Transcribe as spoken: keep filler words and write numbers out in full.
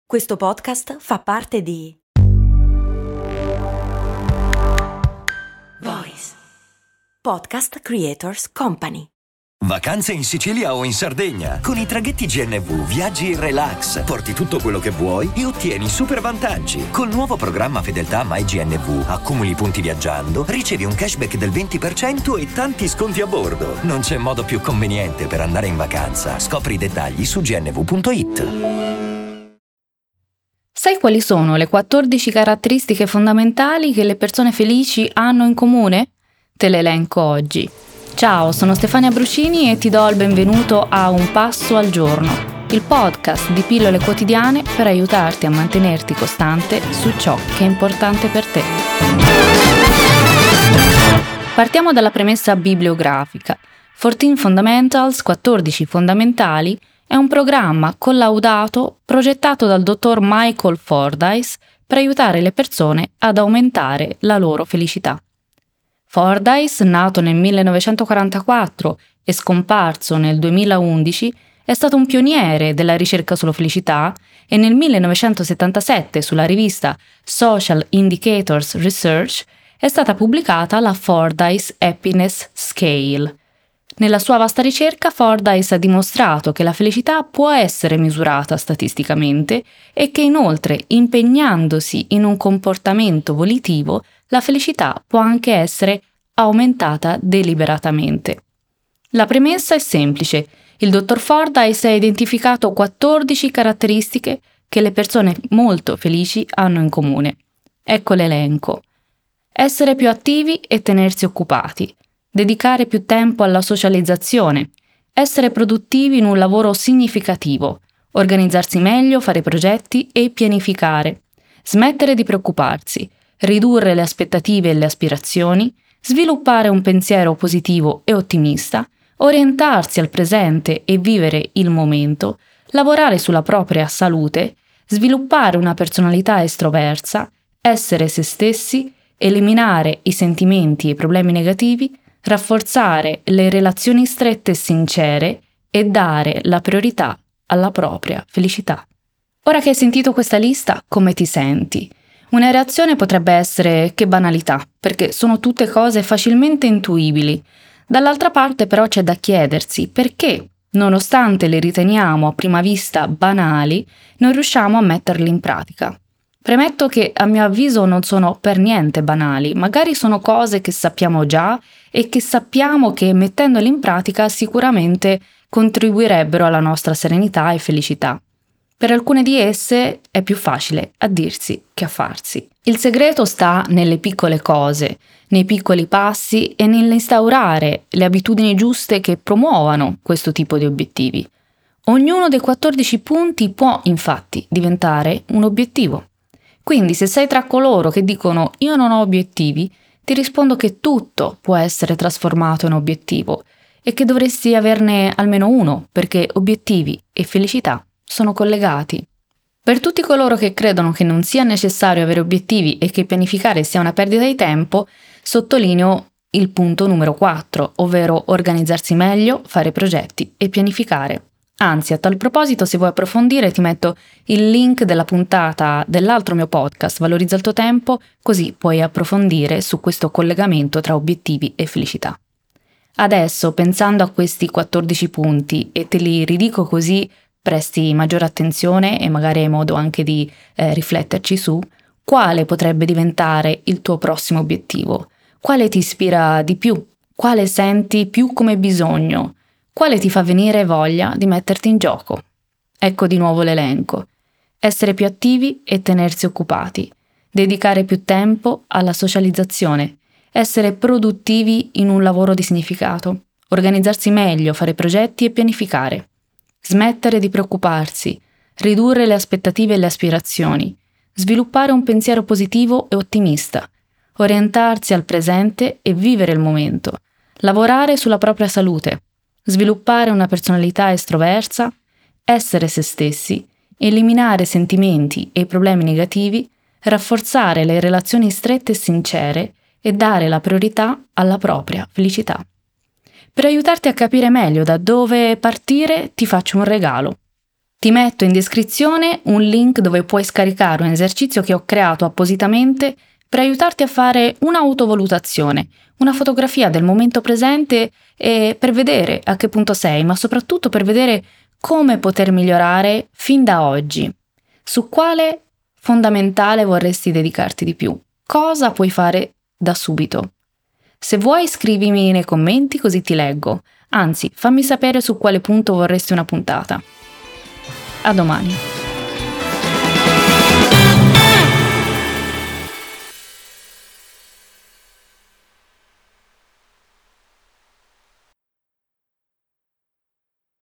Questo podcast fa parte di Voice Podcast Creators Company. Vacanze in Sicilia o in Sardegna. Con i traghetti G N V viaggi in relax, porti tutto quello che vuoi e ottieni super vantaggi. Col nuovo programma Fedeltà MyGNV accumuli punti viaggiando, ricevi un cashback del venti per cento e tanti sconti a bordo. Non c'è modo più conveniente per andare in vacanza. Scopri i dettagli su g n v punto i t. Sai quali sono le quattordici caratteristiche fondamentali che le persone felici hanno in comune? Te le elenco oggi. Ciao, sono Stefania Bruscini e ti do il benvenuto a Un Passo al Giorno, il podcast di pillole quotidiane per aiutarti a mantenerti costante su ciò che è importante per te. Partiamo dalla premessa bibliografica. quattordici Fundamentals, quattordici fondamentali, è un programma collaudato progettato dal dottor Michael Fordyce per aiutare le persone ad aumentare la loro felicità. Fordyce, nato nel millenovecentoquarantaquattro e scomparso nel duemilaundici, è stato un pioniere della ricerca sulla felicità e nel millenovecentosettantasette sulla rivista Social Indicators Research è stata pubblicata la Fordyce Happiness Scale. Nella sua vasta ricerca, Fordyce ha dimostrato che la felicità può essere misurata statisticamente e che inoltre, impegnandosi in un comportamento volitivo, la felicità può anche essere aumentata deliberatamente. La premessa è semplice. Il dottor Fordyce ha identificato quattordici caratteristiche che le persone molto felici hanno in comune. Ecco l'elenco. Essere più attivi e tenersi occupati. Dedicare più tempo alla socializzazione, essere produttivi in un lavoro significativo, organizzarsi meglio, fare progetti e pianificare, smettere di preoccuparsi, ridurre le aspettative e le aspirazioni, sviluppare un pensiero positivo e ottimista, orientarsi al presente e vivere il momento, lavorare sulla propria salute, sviluppare una personalità estroversa, essere se stessi, eliminare i sentimenti e i problemi negativi, rafforzare le relazioni strette e sincere e dare la priorità alla propria felicità. Ora che hai sentito questa lista, come ti senti? Una reazione potrebbe essere che banalità, perché sono tutte cose facilmente intuibili. Dall'altra parte però c'è da chiedersi perché, nonostante le riteniamo a prima vista banali, non riusciamo a metterle in pratica. Premetto che a mio avviso non sono per niente banali, magari sono cose che sappiamo già e che sappiamo che mettendole in pratica sicuramente contribuirebbero alla nostra serenità e felicità. Per alcune di esse è più facile a dirsi che a farsi. Il segreto sta nelle piccole cose, nei piccoli passi e nell'instaurare le abitudini giuste che promuovano questo tipo di obiettivi. Ognuno dei quattordici punti può infatti diventare un obiettivo. Quindi se sei tra coloro che dicono io non ho obiettivi, ti rispondo che tutto può essere trasformato in obiettivo e che dovresti averne almeno uno, perché obiettivi e felicità sono collegati. Per tutti coloro che credono che non sia necessario avere obiettivi e che pianificare sia una perdita di tempo, sottolineo il punto numero quattro, ovvero organizzarsi meglio, fare progetti e pianificare. Anzi, a tal proposito, se vuoi approfondire, ti metto il link della puntata dell'altro mio podcast, Valorizza il tuo tempo, così puoi approfondire su questo collegamento tra obiettivi e felicità. Adesso, pensando a questi quattordici punti, e te li ridico così presti maggiore attenzione e magari hai modo anche di eh, rifletterci su, quale potrebbe diventare il tuo prossimo obiettivo? Quale ti ispira di più? Quale senti più come bisogno? Quale ti fa venire voglia di metterti in gioco? Ecco di nuovo l'elenco. Essere più attivi e tenersi occupati. Dedicare più tempo alla socializzazione. Essere produttivi in un lavoro di significato. Organizzarsi meglio, fare progetti e pianificare. Smettere di preoccuparsi. Ridurre le aspettative e le aspirazioni. Sviluppare un pensiero positivo e ottimista. Orientarsi al presente e vivere il momento. Lavorare sulla propria salute. Sviluppare una personalità estroversa, essere se stessi, eliminare sentimenti e problemi negativi, rafforzare le relazioni strette e sincere e dare la priorità alla propria felicità. Per aiutarti a capire meglio da dove partire, ti faccio un regalo. Ti metto in descrizione un link dove puoi scaricare un esercizio che ho creato appositamente per aiutarti a fare un'autovalutazione, una fotografia del momento presente e per vedere a che punto sei, ma soprattutto per vedere come poter migliorare fin da oggi. Su quale fondamentale vorresti dedicarti di più? Cosa puoi fare da subito? Se vuoi scrivimi nei commenti così ti leggo, anzi fammi sapere su quale punto vorresti una puntata. A domani.